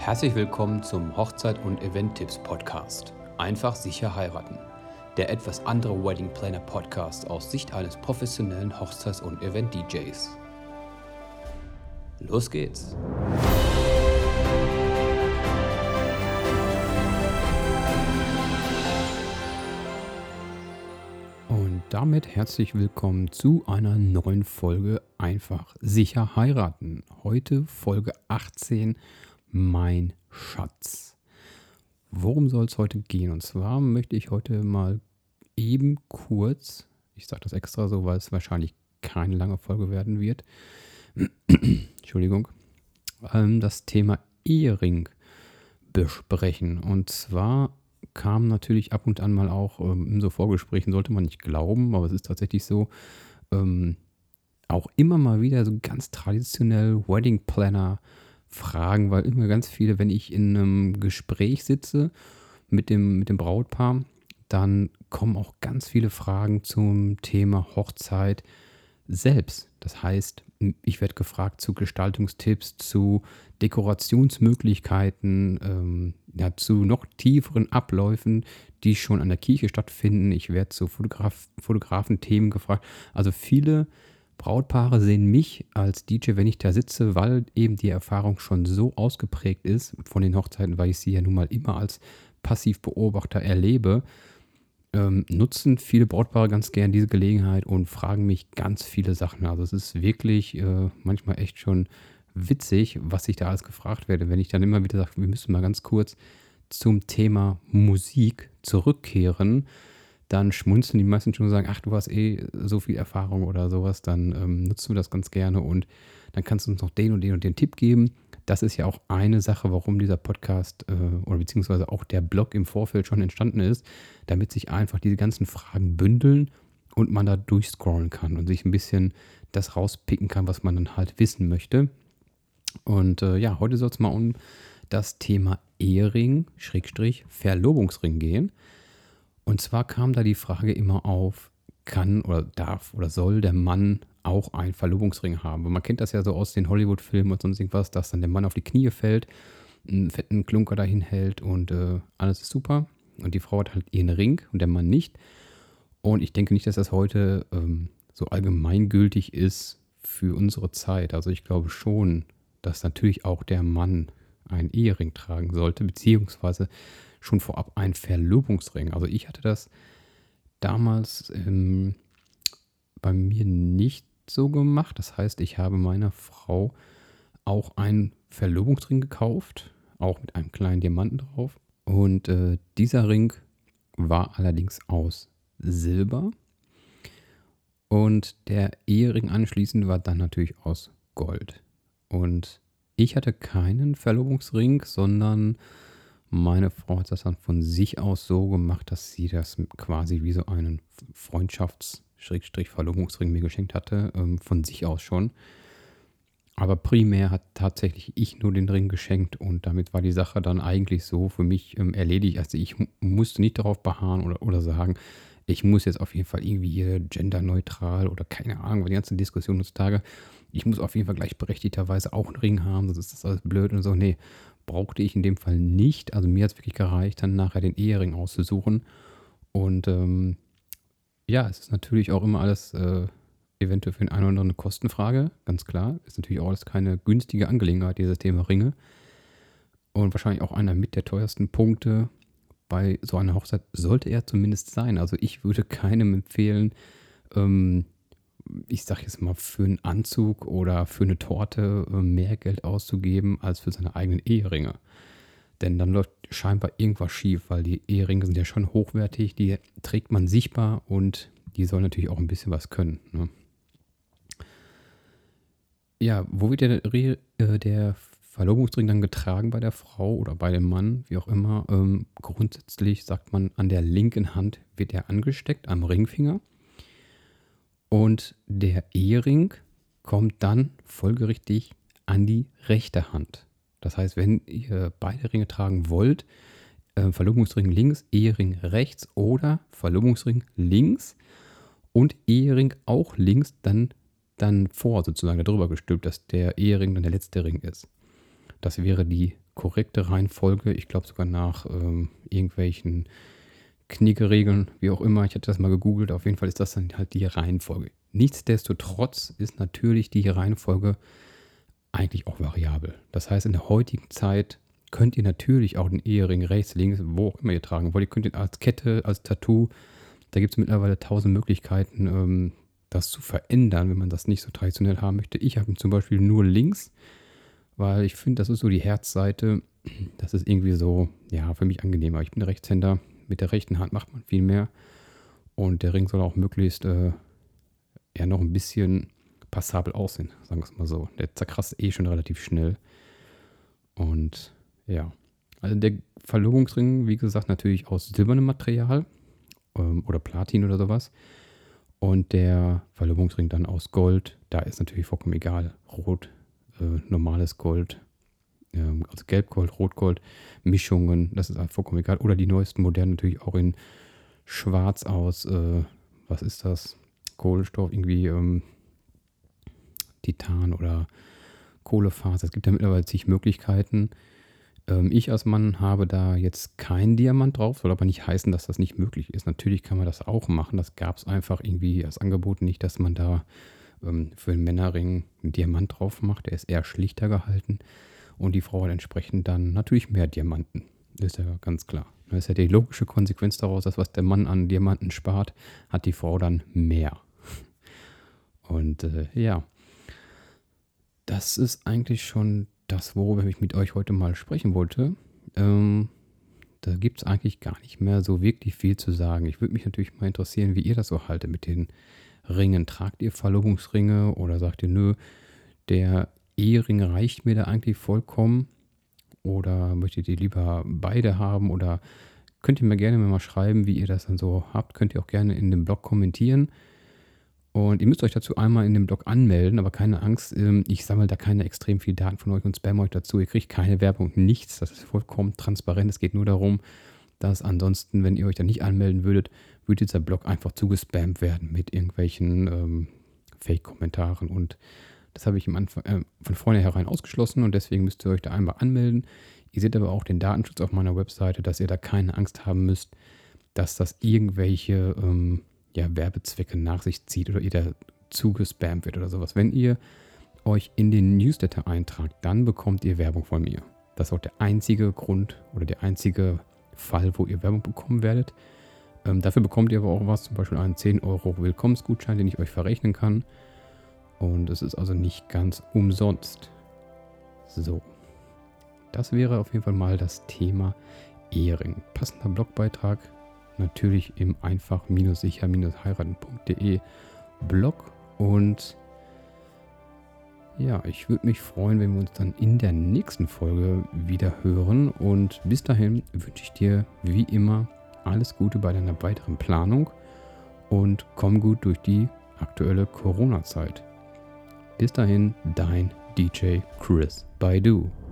Herzlich willkommen zum Hochzeit- und Event-Tipps-Podcast. Einfach sicher heiraten. Der etwas andere Wedding Planner Podcast aus Sicht eines professionellen Hochzeits- und Event-DJs. Los geht's! Und damit herzlich willkommen zu einer neuen Folge Einfach sicher heiraten. Heute Folge 18, mein Schatz. Worum soll es heute gehen? Und zwar möchte ich heute mal eben kurz, ich sage das extra so, weil es wahrscheinlich keine lange Folge werden wird, Entschuldigung, das Thema Ehering besprechen. Und zwar kam natürlich ab und an mal auch in so Vorgesprächen, sollte man nicht glauben, aber es ist tatsächlich so, auch immer mal wieder so ganz traditionell Wedding Planner Fragen, weil immer ganz viele, wenn ich in einem Gespräch sitze mit dem Brautpaar, dann kommen auch ganz viele Fragen zum Thema Hochzeit selbst. Das heißt, ich werde gefragt zu Gestaltungstipps, zu Dekorationsmöglichkeiten, ja, zu noch tieferen Abläufen, die schon an der Kirche stattfinden. Ich werde zu Fotografenthemen gefragt. Also viele Brautpaare sehen mich als DJ, wenn ich da sitze, weil eben die Erfahrung schon so ausgeprägt ist von den Hochzeiten, weil ich sie ja nun mal immer als Passivbeobachter erlebe, nutzen viele Brautpaare ganz gern diese Gelegenheit und fragen mich ganz viele Sachen. Also es ist wirklich manchmal echt schon witzig, was ich da alles gefragt werde. Wenn ich dann immer wieder sage, wir müssen mal ganz kurz zum Thema Musik zurückkehren, dann schmunzeln die meisten schon und sagen, ach, du hast eh so viel Erfahrung oder sowas, dann nutzt du das ganz gerne und dann kannst du uns noch den und den und den Tipp geben. Das ist ja auch eine Sache, warum dieser Podcast oder beziehungsweise auch der Blog im Vorfeld schon entstanden ist, damit sich einfach diese ganzen Fragen bündeln und man da durchscrollen kann und sich ein bisschen das rauspicken kann, was man dann halt wissen möchte. Und ja, heute soll es mal um das Thema Ehering, Schrägstrich, Verlobungsring gehen. Und zwar kam da die Frage immer auf, kann oder darf oder soll der Mann auch einen Verlobungsring haben? Und man kennt das ja so aus den Hollywood-Filmen und sonst irgendwas, dass dann der Mann auf die Knie fällt, einen fetten Klunker dahin hält und alles ist super. Und die Frau hat halt ihren Ring und der Mann nicht. Und ich denke nicht, dass das heute so allgemeingültig ist für unsere Zeit. Also ich glaube schon, dass natürlich auch der Mann einen Ehering tragen sollte, beziehungsweise schon vorab einen Verlobungsring. Also ich hatte das damals bei mir nicht so gemacht. Das heißt, ich habe meiner Frau auch einen Verlobungsring gekauft, auch mit einem kleinen Diamanten drauf. Und dieser Ring war allerdings aus Silber. Und der Ehering anschließend war dann natürlich aus Gold. Und ich hatte keinen Verlobungsring, sondern meine Frau hat das dann von sich aus so gemacht, dass sie das quasi wie so einen Freundschafts-Verlobungsring mir geschenkt hatte, von sich aus schon. Aber primär hat tatsächlich ich nur den Ring geschenkt und damit war die Sache dann eigentlich so für mich erledigt. Also ich musste nicht darauf beharren oder sagen, ich muss jetzt auf jeden Fall irgendwie hier genderneutral oder keine Ahnung, die ganze Diskussion heutzutage, ich muss auf jeden Fall gleichberechtigterweise auch einen Ring haben, sonst ist das alles blöd und so. Nee, brauchte ich in dem Fall nicht. Also mir hat es wirklich gereicht, dann nachher den Ehering auszusuchen. Und ja, es ist natürlich auch immer alles eventuell für den einen oder anderen eine Kostenfrage, ganz klar. Ist natürlich auch alles keine günstige Angelegenheit, dieses Thema Ringe. Und wahrscheinlich auch einer mit der teuersten Punkte bei so einer Hochzeit sollte er zumindest sein. Also ich würde keinem empfehlen, ähm, ich sag jetzt mal, für einen Anzug oder für eine Torte mehr Geld auszugeben als für seine eigenen Eheringe. Denn dann läuft scheinbar irgendwas schief, weil die Eheringe sind ja schon hochwertig, die trägt man sichtbar und die sollen natürlich auch ein bisschen was können. Ne? Ja, wo wird der Verlobungsring dann getragen bei der Frau oder bei dem Mann, wie auch immer? Grundsätzlich sagt man, an der linken Hand wird er angesteckt, am Ringfinger. Und der Ehering kommt dann folgerichtig an die rechte Hand. Das heißt, wenn ihr beide Ringe tragen wollt, Verlobungsring links, Ehering rechts oder Verlobungsring links und Ehering auch links, dann vor sozusagen darüber gestülpt, dass der Ehering dann der letzte Ring ist. Das wäre die korrekte Reihenfolge. Ich glaube sogar nach irgendwelchen Knickeregeln, wie auch immer. Ich hatte das mal gegoogelt. Auf jeden Fall ist das dann halt die Reihenfolge. Nichtsdestotrotz ist natürlich die Reihenfolge eigentlich auch variabel. Das heißt, in der heutigen Zeit könnt ihr natürlich auch den Ehering rechts, links, wo auch immer ihr tragen wollt. Ihr könnt ihn als Kette, als Tattoo. Da gibt es mittlerweile 1000 Möglichkeiten, das zu verändern, wenn man das nicht so traditionell haben möchte. Ich habe ihn zum Beispiel nur links, weil ich finde, das ist so die Herzseite. Das ist irgendwie so, ja, für mich angenehmer. Ich bin Rechtshänder. Mit der rechten Hand macht man viel mehr. Und der Ring soll auch möglichst ja noch ein bisschen passabel aussehen, sagen wir es mal so. Der zerkratzt schon relativ schnell. Und ja, also der Verlobungsring, wie gesagt, natürlich aus silbernem Material oder Platin oder sowas. Und der Verlobungsring dann aus Gold, da ist natürlich vollkommen egal. Rot, normales Gold, also Gelbgold, Rotgold, Mischungen, das ist halt vollkommen egal. Oder die neuesten modernen natürlich auch in Schwarz aus, was ist das? Kohlenstoff, irgendwie Titan oder Kohlefaser. Es gibt ja mittlerweile zig Möglichkeiten. Ich als Mann habe da jetzt keinen Diamant drauf, soll aber nicht heißen, dass das nicht möglich ist. Natürlich kann man das auch machen. Das gab es einfach irgendwie als Angebot nicht, dass man da für einen Männerring einen Diamant drauf macht. Der ist eher schlichter gehalten. Und die Frau hat entsprechend dann natürlich mehr Diamanten. Ist ja ganz klar. Das ist ja die logische Konsequenz daraus, dass was der Mann an Diamanten spart, hat die Frau dann mehr. Und ja, das ist eigentlich schon das, worüber ich mit euch heute mal sprechen wollte. Da gibt es eigentlich gar nicht mehr so wirklich viel zu sagen. Ich würde mich natürlich mal interessieren, wie ihr das so haltet mit den Ringen. Tragt ihr Verlobungsringe oder sagt ihr, nö, der Ehering reicht mir da eigentlich vollkommen? Oder möchtet ihr lieber beide haben? Oder könnt ihr mir gerne mal schreiben, wie ihr das dann so habt. Könnt ihr auch gerne in dem Blog kommentieren. Und ihr müsst euch dazu einmal in dem Blog anmelden, aber keine Angst, ich sammle da keine extrem viel Daten von euch und spam euch dazu. Ihr kriegt keine Werbung, nichts. Das ist vollkommen transparent. Es geht nur darum, dass ansonsten, wenn ihr euch da nicht anmelden würdet, würde dieser Blog einfach zugespammt werden mit irgendwelchen Fake-Kommentaren. Und das habe ich von vornherein ausgeschlossen und deswegen müsst ihr euch da einmal anmelden. Ihr seht aber auch den Datenschutz auf meiner Webseite, dass ihr da keine Angst haben müsst, dass das irgendwelche Werbezwecke nach sich zieht oder ihr da zugespammt wird oder sowas. Wenn ihr euch in den Newsletter eintragt, dann bekommt ihr Werbung von mir. Das ist auch der einzige Grund oder der einzige Fall, wo ihr Werbung bekommen werdet. Dafür bekommt ihr aber auch was, zum Beispiel einen 10 Euro Willkommensgutschein, den ich euch verrechnen kann. Und es ist also nicht ganz umsonst. So, das wäre auf jeden Fall mal das Thema Ehering. Passender Blogbeitrag natürlich im einfach-sicher-heiraten.de Blog. Und ja, ich würde mich freuen, wenn wir uns dann in der nächsten Folge wieder hören. Und bis dahin wünsche ich dir wie immer alles Gute bei deiner weiteren Planung und komm gut durch die aktuelle Corona-Zeit. Bis dahin, dein DJ Chris Baidu.